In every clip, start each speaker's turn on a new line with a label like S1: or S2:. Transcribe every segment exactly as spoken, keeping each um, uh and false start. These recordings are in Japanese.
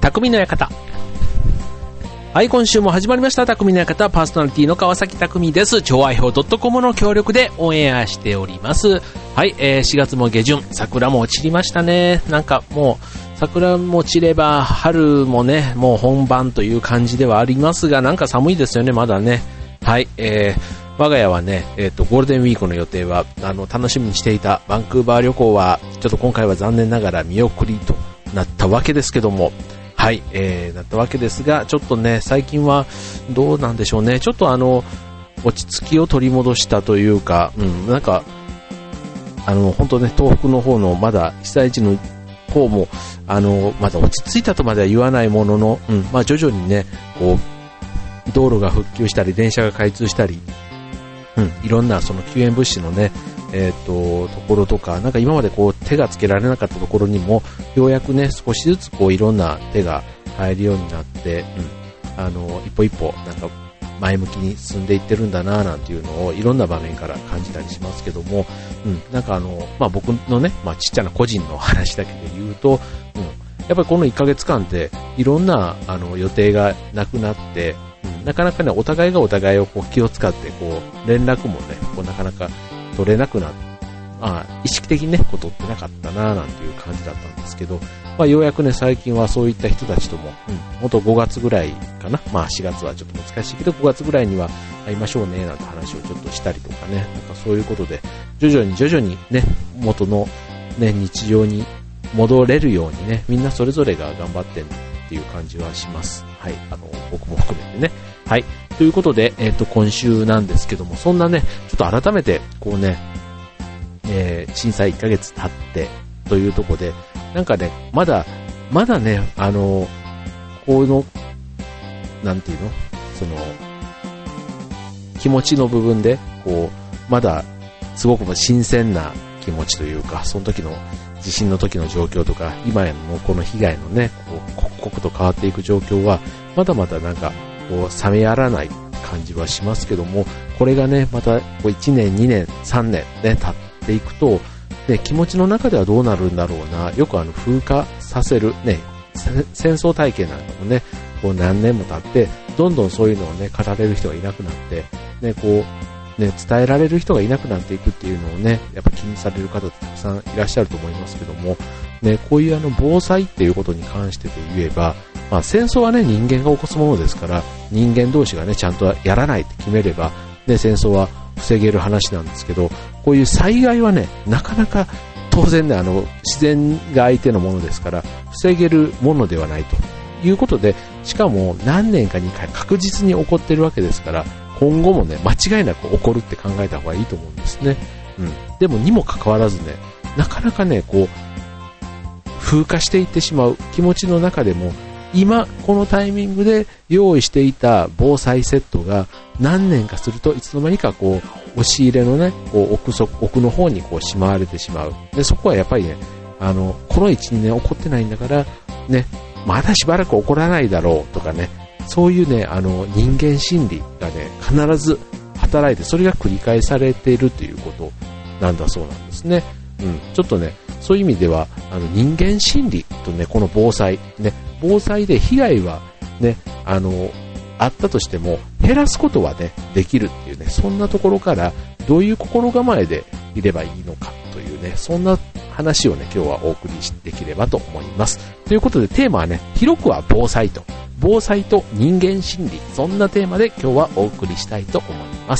S1: 匠の館。はい、今週も始まりました匠の館、パーソナリティの川崎匠です。超愛表 .com の協力でオンエアしております。はい、えー、しがつも下旬、桜も散りましたね。なんかもう桜も散れば春もね、もう本番という感じではありますが、なんか寒いですよね、まだね。はい、えー、我が家はね、えっと、ゴールデンウィークの予定は、あの、楽しみにしていたバンクーバー旅行は、ちょっと今回は残念ながら見送りとなったわけですけども、はい、えー、なったわけですが、ちょっとね、最近はどうなんでしょうね。ちょっとあの、落ち着きを取り戻したというか、うん、なんか、あの、本当ね、東北の方のまだ被災地の方も、あの、まだ落ち着いたとまでは言わないものの、うん、まあ徐々にね、こう、道路が復旧したり、電車が開通したり、うん、いろんなその救援物資のね、えっと、ところとか、なんか今までこう手がつけられなかったところにも、ようやくね、少しずつこういろんな手が入るようになって、うん、あの、一歩一歩、なんか前向きに進んでいってるんだなぁなんていうのをいろんな場面から感じたりしますけども、うん、なんかあの、まあ僕のね、まあちっちゃな個人の話だけで言うと、うん、やっぱりこのいっかげつかんでいろんなあの予定がなくなって、うん、なかなかね、お互いがお互いをこう気を使って、こう、連絡もね、こうなかなか取れなくなって、まあ、意識的にね、こう取ってなかったなぁなんていう感じだったんですけど、まあ、ようやくね、最近はそういった人たちとも、うん、ほんとごがつぐらいかな、まあしがつはちょっと難しいけど、ごがつぐらいには会いましょうね、なんて話をちょっとしたりとかね、なんかそういうことで、徐々に徐々にね、元のね、日常に戻れるようにね、みんなそれぞれが頑張ってるっていう感じはします。はい、あの、僕も含めてね。はい。ということで、えっと、今週なんですけども、そんなね、ちょっと改めて、こうね、えー、震災いっかげつ経ってというところで、なんかね、まだ、まだね、あの、この、なんていうのその、気持ちの部分で、こう、まだ、すごく新鮮な気持ちというか、その時の、地震の時の状況とか、今のこの被害のね、こう刻々と変わっていく状況は、まだまだなんか、こう、冷めやらない感じはしますけども、これがね、また、こういちねん、にねん、さんねんね、経っていくと、ね、気持ちの中ではどうなるんだろうな、よくあの、風化させる、ね、戦争体験なんかもね、こう何年も経って、どんどんそういうのをね、語れる人がいなくなって、ね、こう、ね、伝えられる人がいなくなっていくっていうのをね、やっぱ気にされる方ってたくさんいらっしゃると思いますけども、ね、こういうあの防災っていうことに関してで言えば、まあ戦争はね、人間が起こすものですから、人間同士がね、ちゃんとやらないって決めれば、ね、戦争は防げる話なんですけど、こういう災害はね、なかなか当然ね、あの、自然が相手のものですから、防げるものではないということで、しかも何年かにかい確実に起こってるわけですから、今後もね、間違いなく起こるって考えた方がいいと思うんですね。うん。でもにもかかわらずね、なかなかね、こう、風化していってしまう気持ちの中でも、今、このタイミングで用意していた防災セットが何年かするといつの間にかこう、押し入れのね、こう奥そ、奥の方にこうしまわれてしまう。で、そこはやっぱりね、あの、このいち、にねん起こってないんだから、ね、まだしばらく起こらないだろうとかね、そういうね、あの、人間心理がね、必ず働いて、それが繰り返されているということなんだそうなんですね。うん、ちょっとね、そういう意味では、あの、人間心理とね、この防災、ね、防災で被害はね、あの、あったとしても、減らすことはね、できるっていうね、そんなところから、どういう心構えでいればいいのかというね、そんな話をね、今日はお送りできればと思います。ということで、テーマはね、広くは防災と、防災と人間心理、そんなテーマで今日はお送りしたいと思います。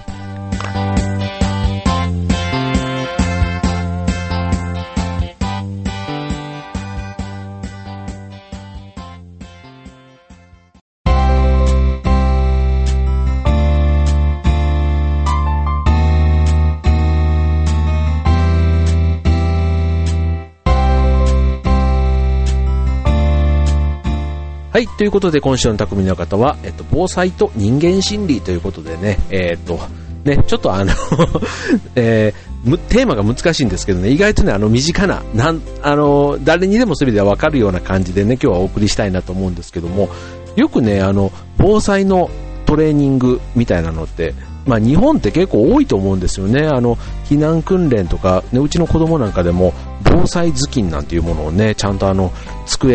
S1: はい。ということで、今週の匠の方は、えっと、防災と人間心理ということでね、えー、っと、ね、ちょっとあの、えー、テーマが難しいんですけどね、意外とね、あの、身近な、なん、あの、誰にでもそれではわかるような感じでね、今日はお送りしたいなと思うんですけども、よくね、あの、防災のトレーニングみたいなのって、まあ日本って結構多いと思うんですよね。あの、避難訓練とか、ね、うちの子供なんかでも、防災頭巾なんていうものをね、ちゃんとあの、机の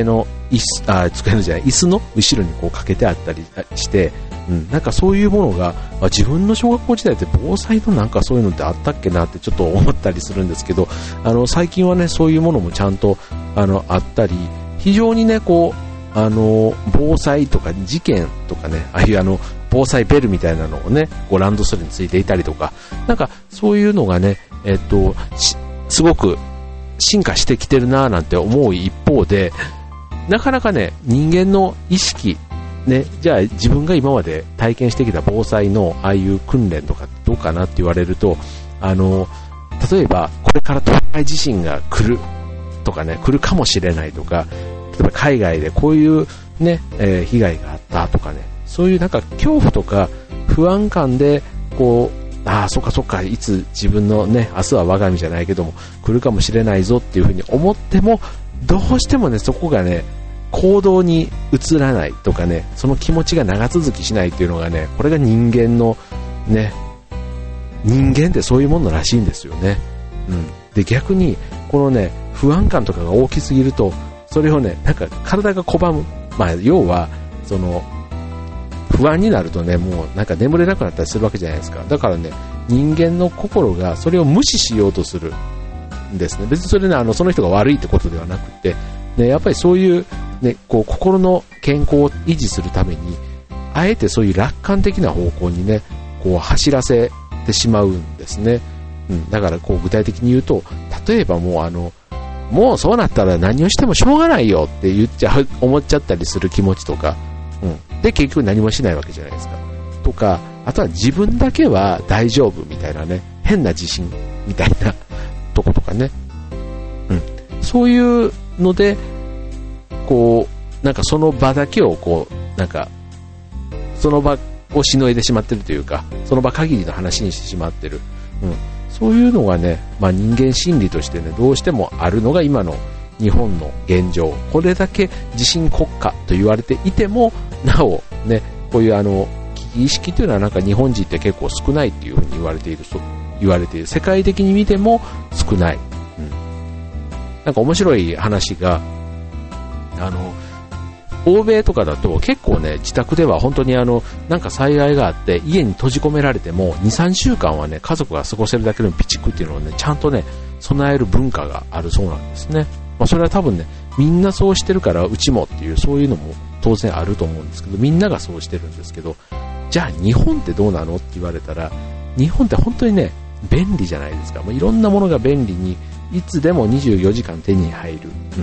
S1: 椅子、あ、机のじゃない、椅子の後ろにこうかけてあったりして、うん、なんかそういうものが、まあ、自分の小学校時代って防災のなんかそういうのってあったっけなってちょっと思ったりするんですけど、あの、最近はね、そういうものもちゃんと、あの、あったり、非常にね、こう、あの、防災とか事件とかね、ああいうあの、防災ベルみたいなのをね、こうランドセルについていたりとか、なんかそういうのがね、えっと、すごく進化してきてるなぁなんて思う一方で、なかなかね、人間の意識、ね、じゃあ自分が今まで体験してきた防災のああいう訓練とかどうかなって言われると、あの、例えばこれから東海地震が来るとかね、来るかもしれないとか、例えば海外でこういうね、えー、被害があったとかね、そういうなんか恐怖とか不安感でこう、ああそっかそっか、いつ自分のね、明日は我が身じゃないけども来るかもしれないぞっていうふうに思っても、どうしてもね、そこがね、行動に移らないとかね、その気持ちが長続きしないっていうのがね、これが人間のね、人間ってそういうものらしいんですよね。うん。で、逆にこのね、不安感とかが大きすぎると、それをね、なんか体が拒む。まあ要はその不安になるとね、もうなんか眠れなくなったりするわけじゃないですか。だからね、人間の心がそれを無視しようとするんですね。別にそれね、あのその人が悪いってことではなくて、ね、やっぱりそういうね、こう心の健康を維持するために、あえてそういう楽観的な方向にね、こう走らせてしまうんですね。うん、だからこう具体的に言うと、例えばもうあのもうそうなったら何をしてもしょうがないよって言っちゃう、思っちゃったりする気持ちとか、うん、で結局何もしないわけじゃないですか。とか、あとは自分だけは大丈夫みたいなね、変な自信みたいなとことかね、うん、そういうのでこうなんかその場だけをこうなんかその場をしのいでしまってるというか、その場限りの話にしてしまってる、うん、そういうのがね、まあ、人間心理としてね、どうしてもあるのが今の日本の現状。これだけ地震国家と言われていてもなおね、こういうあの危機意識というのはなんか日本人って結構少ないっていうふうに言われている、そう言われている。世界的に見ても少ない、うん、なんか面白い話が、あの欧米とかだと結構ね、自宅では本当にあのなんか災害があって家に閉じ込められても にさんしゅうかんはね、家族が過ごせるだけの備蓄っていうのをね、ちゃんとね備える文化があるそうなんですね。まあ、それは多分ね、みんなそうしてるからうちもっていう、そういうのも当然あると思うんですけど、みんながそうしてるんですけど、じゃあ日本ってどうなのって言われたら、日本って本当にね便利じゃないですか。もういろんなものが便利にいつでもにじゅうよじかん手に入る、うん、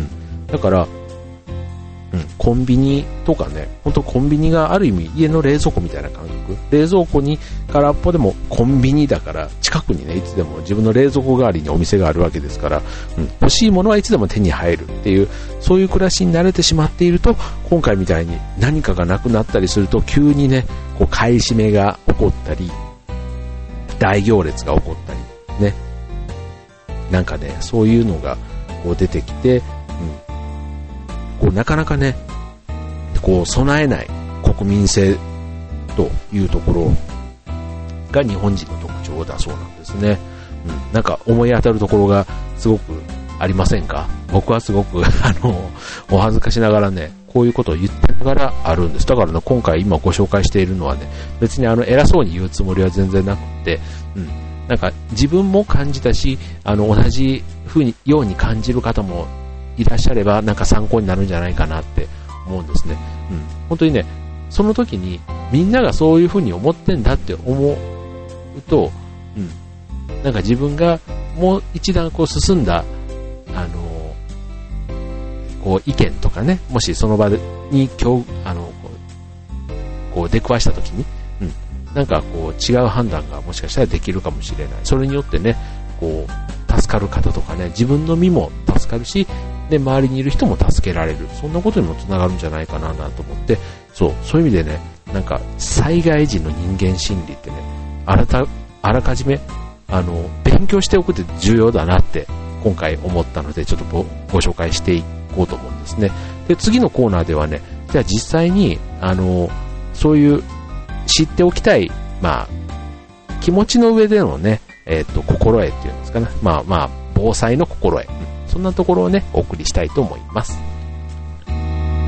S1: だからうん、コンビニとかね、本当コンビニがある意味家の冷蔵庫みたいな感覚。冷蔵庫に空っぽでもコンビニだから、近くにね、いつでも自分の冷蔵庫代わりにお店があるわけですから、うん、欲しいものはいつでも手に入るっていう、そういう暮らしに慣れてしまっていると、今回みたいに何かがなくなったりすると、急にね、こう買い占めが起こったり、大行列が起こったりね、なんかね、そういうのがこう出てきて、うん、こうなかなかね、こう備えない国民性というところが日本人の特徴だそうなんですね。うん、なんか思い当たるところがすごくありませんか？僕はすごくあのお恥ずかしながらね、こういうことを言ってながらあるんです。だからね、今回今ご紹介しているのはね、別にあの偉そうに言うつもりは全然なくて、うん、なんか自分も感じたし、あの同じ風にように感じる方もいらっしゃれば、なんか参考になるんじゃないかなって思うんですね。うん、本当にね、その時にみんながそういう風に思ってんだって思うと、うん、なんか自分がもう一段こう進んだあのこう意見とかね、もしその場に今日あのこう、こう出くわした時に、うん、なんかこう違う判断がもしかしたらできるかもしれない。それによってね、こう助かる方とかね、自分の身も助かるし、で周りにいる人も助けられる、そんなことにもつながるんじゃないかななと思って、そうそういう意味でね、なんか災害時の人間心理ってね、あらたあらかじめあの勉強しておくって重要だなって今回思ったので、ちょっと ご, ご紹介していこうと思うんですね。で次のコーナーではね、じゃあ実際にあのそういう知っておきたい、まあ気持ちの上でのね、えっと心得っていうんですかね、まあまあ防災の心得、うん、そんなところをねお送りしたいと思います。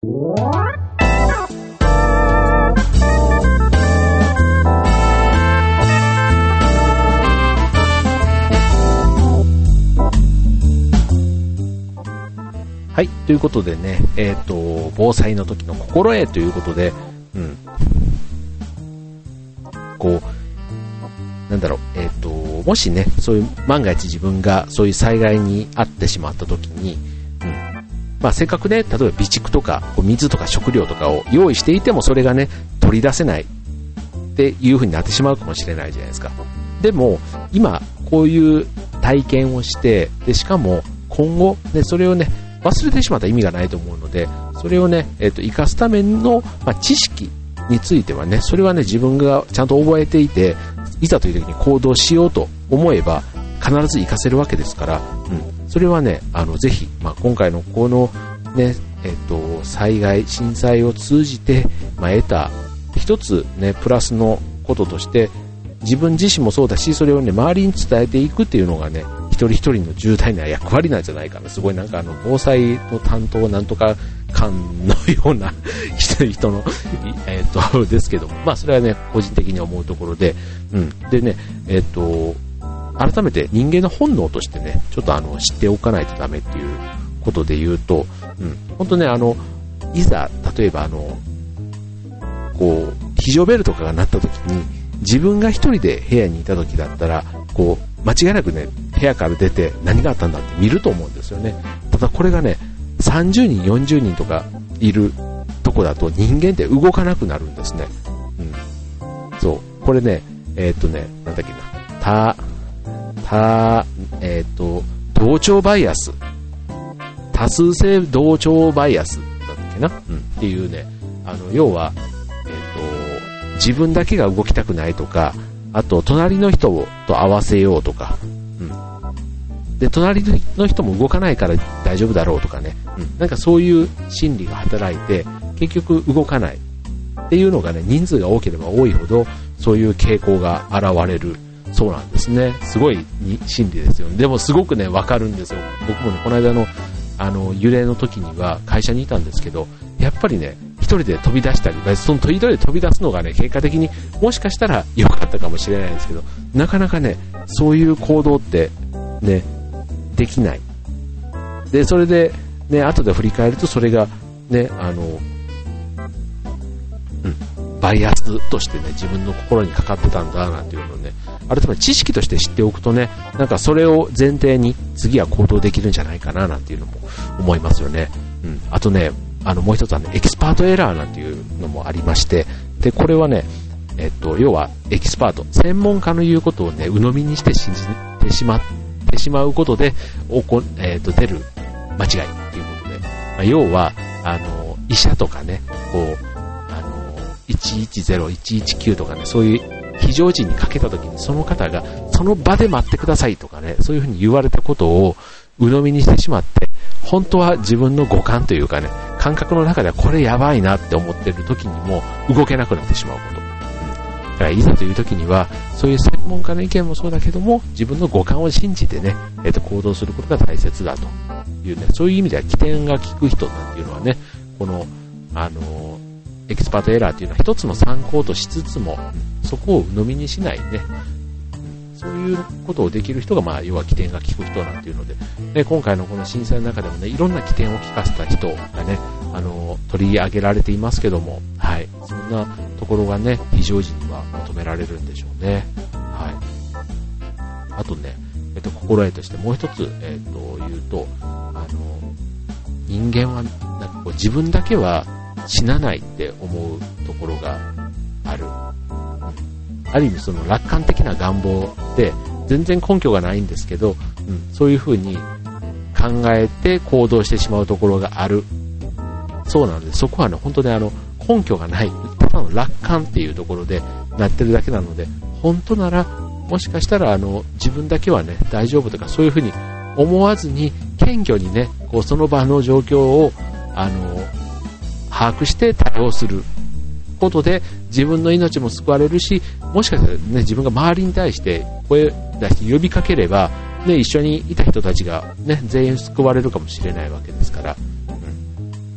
S1: はい、ということでね、えっと、防災の時の心得ということで、うん。こう、なんだろう、えっと、もしね、そういう万が一自分がそういう災害に遭ってしまった時に、うん。まあ、せっかくね、例えば備蓄とか、こう水とか食料とかを用意していても、それがね、取り出せないっていう風になってしまうかもしれないじゃないですか。でも、今、こういう体験をして、で、しかも、今後、ね、それをね、忘れてしまったら意味がないと思うので、それをね、えっと、活かすための、まあ、知識についてはね、それはね、自分がちゃんと覚えていて、いざという時に行動しようと思えば、必ず活かせるわけですから、うん、それはね、あの、ぜひ、まあ、今回のこの、ね、えっと、災害、震災を通じて、まあ、得た、一つね、プラスのこととして、自分自身もそうだし、それをね、周りに伝えていくっていうのがね、一人一人の重大な役割なんじゃないかな。すごいなんかあの、防災の担当なんとか官のような人の、えっと、ですけども、まあそれはね、個人的に思うところで、うん。でね、えっと、改めて人間の本能としてね、ちょっとあの、知っておかないとダメっていうことで言うと、うん。本当ね、あの、いざ、例えばあの、こう、非常ベルとかが鳴った時に、自分が一人で部屋にいた時だったら、こう、間違いなくね、部屋から出て何があったんだって見ると思うんですよね。ただこれがね、さんじゅうにん、よんじゅうにんとかいるとこだと人間って動かなくなるんですね。うん。そう。これね、えーっとね、なんだっけな。た、た、えーっと、同調バイアス。多数性同調バイアスだったっけな。うん。っていうね、あの、要は、えーっと、自分だけが動きたくないとか、あと、隣の人と合わせようとか、うん。で、隣の人も動かないから大丈夫だろうとかね、うん。なんかそういう心理が働いて、結局動かないっていうのがね、人数が多ければ多いほど、そういう傾向が現れるそうなんですね。すごい心理ですよね。でもすごくね、わかるんですよ。僕もね、この間の、あの、揺れの時には会社にいたんですけど、やっぱりね、一人で飛び出したり、その一人で飛び出すのがね、結果的にもしかしたら良かったかもしれないんですけど、なかなかね、そういう行動ってね、できない。で、それでね、後で振り返るとそれがね、あの、うん、バイアスとしてね、自分の心にかかってたんだなんていうのをね、改めて知識として知っておくとね、なんかそれを前提に次は行動できるんじゃないかななんていうのも思いますよね。うん。あとね、あのもう一つはね、エキスパートエラーなんていうのもありまして、で、これはね、えっと、要はエキスパート、専門家の言うことをね、鵜呑みにして信じてしまってしまうことで、おこえっと、出る間違いっていうことで、まあ、要は、あの、医者とかね、こう、あの、いちいちゼロ、いちいちきゅうとかね、そういう非常時にかけた時にその方がその場で待ってくださいとかね、そういうふうに言われたことを鵜呑みにしてしまって、本当は自分の五感というかね、感覚の中ではこれやばいなって思ってる時にも動けなくなってしまうこと。うん、だからいざという時には、そういう専門家の意見もそうだけども、自分の五感を信じてね、えっと、行動することが大切だというね、そういう意味では起点が利く人なんていうのはね、この、あの、エキスパートエラーというのは一つの参考としつつも、うん、そこを鵜呑みにしないね、そういうことをできる人が、まあ、要は起点が利く人なんていうので、ね、今回のこの震災の中でもね、いろんな起点を利かせた人がね、あの、取り上げられていますけども、はい。そんなところがね、非常時には求められるんでしょうね。はい。あとね、えっと、心得としてもう一つ、えっと、言うと、あの、人間は、なんかこう、自分だけは死なないって思うところがある。ある意味その楽観的な願望で全然根拠がないんですけど、うん、そういう風に考えて行動してしまうところがある。そうなので、そこはね、本当にあの根拠がない、ただの楽観っていうところでなってるだけなので、本当ならもしかしたらあの自分だけはね大丈夫とかそういう風に思わずに謙虚にね、こうその場の状況をあの把握して対応することで自分の命も救われるし、もしかしたらね、自分が周りに対して声出して呼びかければ、ね、一緒にいた人たちがね、全員救われるかもしれないわけですから、うん、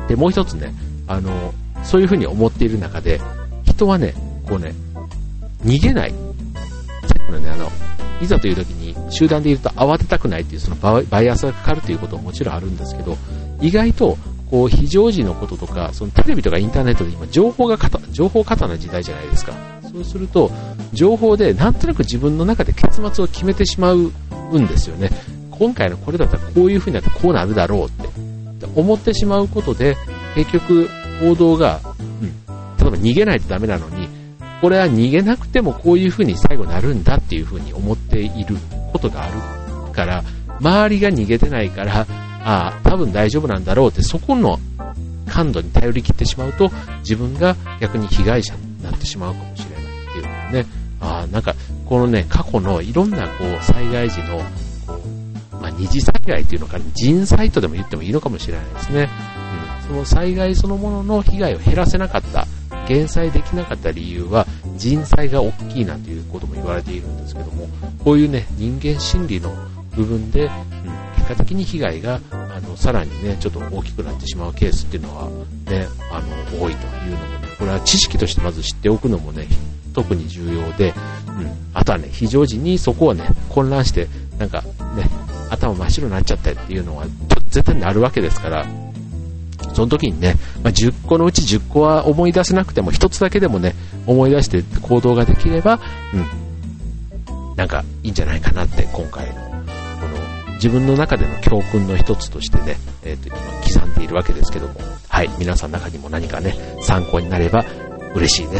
S1: で、もう一つね、あの、そういうふうに思っている中で、人はね、こうね、逃げない。さっきのね、あの、いざという時に集団でいると慌てたくないっていうそのバイバイアスがかかるということももちろんあるんですけど、意外と、こう、非常時のこととか、そのテレビとかインターネットで今、情報が過多、情報過多な時代じゃないですか。そうすると、情報でなんとなく自分の中で結末を決めてしまうんですよね。今回のこれだったらこういう風になってこうなるだろうって思ってしまうことで、結局、行動が、うん、例えば逃げないとダメなのに、これは逃げなくてもこういう風に最後なるんだっていう風に思っていることがあるから、周りが逃げてないから、ああ、多分大丈夫なんだろうって、そこの感度に頼り切ってしまうと、自分が逆に被害者になってしまうかもしれないっていうのね。ああ、なんか、このね、過去のいろんなこう、災害時の、こう、まあ、二次災害っていうのか、人災とでも言ってもいいのかもしれないですね。うん。その災害そのものの被害を減らせなかった、減災できなかった理由は、人災が大きいなんていうことも言われているんですけども、こういうね、人間心理の部分で、うん、結果的に被害があのさらにねちょっと大きくなってしまうケースっていうのはねあの多いというのもね、これは知識としてまず知っておくのもね特に重要で、うん、あとはね非常時にそこをね混乱してなんかね頭真っ白になっちゃったっていうのは絶対にあるわけですから、その時にね、まあ、じゅっこのうちじゅっこは思い出せなくてもひとつだけでもね思い出して行動ができれば、うん、なんかいいんじゃないかなって今回のこの自分の中での教訓の一つとしてね、えーと、今刻んでいるわけですけども、はい、皆さんの中にも何かね参考になれば嬉しいです。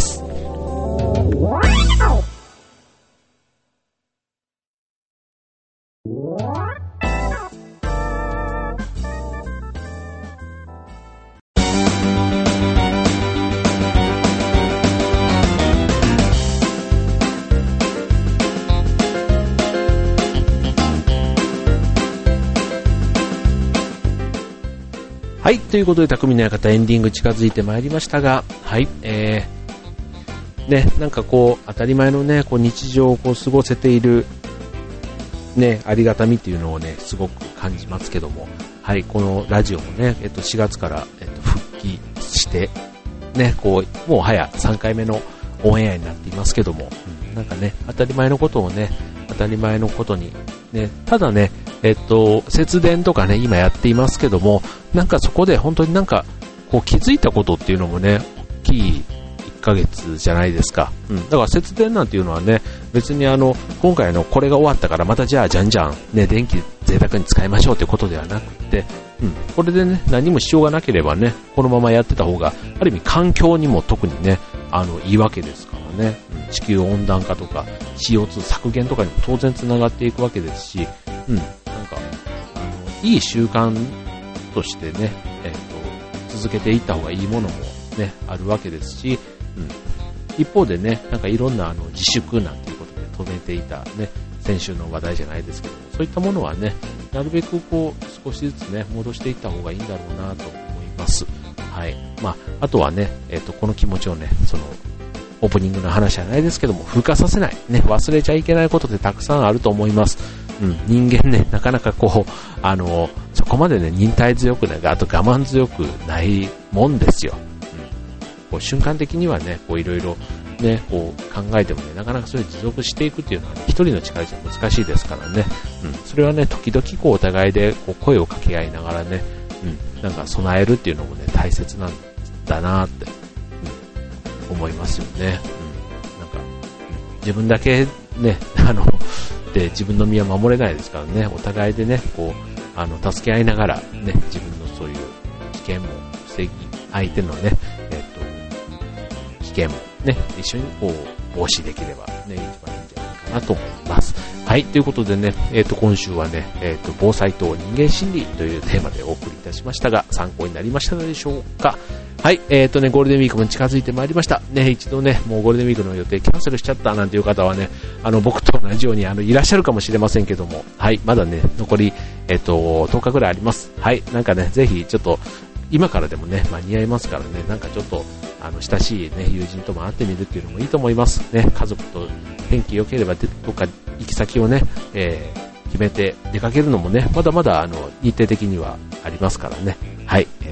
S1: はい、ということで匠の館エンディング近づいてまいりましたが、はい、えー、ね、なんかこう当たり前のね、こう日常をこう過ごせているね、ありがたみっていうのをね、すごく感じますけども、はい、このラジオもね、えっとしがつから、えっと、復帰してね、こうもう早さんかいめのオンエアになっていますけども、うん、なんかね、当たり前のことをね、当たり前のことにね、ただね。えっと、節電とかね、今やっていますけども、なんかそこで本当になんか、こう気づいたことっていうのもね、大きいいっかげつじゃないですか。うん。だから節電なんていうのはね、別にあの、今回のこれが終わったからまたじゃあじゃんじゃんね、電気贅沢に使いましょうということではなくて、うん。これでね、何も支障がなければね、このままやってた方が、ある意味環境にも特にね、あの、いいわけですからね。うん、地球温暖化とか シーオーツー 削減とかにも当然つながっていくわけですし、うん。なんか、あの、いい習慣としてね、えっと、続けていった方がいいものもね、あるわけですし、うん。一方でね、なんかいろんなあの自粛なんていうことで止めていたね、先週の話題じゃないですけども、そういったものはね、なるべくこう、少しずつね、戻していった方がいいんだろうなと思います。はい。まあ、あとはね、えっと、この気持ちをね、その、オープニングの話じゃないですけども、風化させない。ね、忘れちゃいけないことってたくさんあると思います。うん、人間ね、なかなかこう、あの、そこまでね、忍耐強くね、あと我慢強くないもんですよ。うん、こう瞬間的にはね、こういろいろね、こう考えてもね、なかなかそれを持続していくっていうのは、ね、一人の力じゃ難しいですからね。うん、それはね、時々こうお互いでこう声を掛け合いながらね、うん、なんか備えるっていうのもね、大切なんだなって、うん、思いますよね。うん、なんか、うん、自分だけね、あの、で自分の身は守れないですからね、お互いでね、こう、あの、助け合いながらね、自分のそういう危険も防ぎ、相手のね、えっと、危険もね、一緒にこう、防止できればね、一番いいんじゃないかなと思います。はい、ということでね、えっと、今週はね、えっと、防災と人間心理というテーマでお送りいたしましたが、参考になりましたでしょうか。はい、えっとね、ゴールデンウィークも近づいてまいりました。ね、一度ね、もうゴールデンウィークの予定キャンセルしちゃったなんていう方はね、あの、僕と同じように、あの、いらっしゃるかもしれませんけども、はい、まだね、残り、えっと、とおかぐらいあります。はい、なんかね、ぜひ、ちょっと、今からでもね、間に合いますからね、なんかちょっと、あの、親しいね、友人とも会ってみるっていうのもいいと思います。ね、家族と天気良ければ、どっか行き先をね、えー、決めて出かけるのもね、まだまだ、あの、日程的にはありますからね。はい、えー、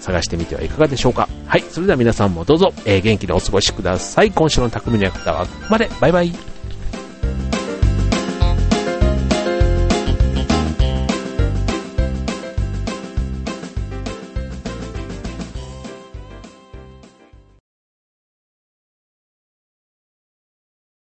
S1: 探してみてはいかがでしょうか。はい、それでは皆さんもどうぞ、えー、元気にお過ごしください。今週の匠の館はここまで。バイバイ。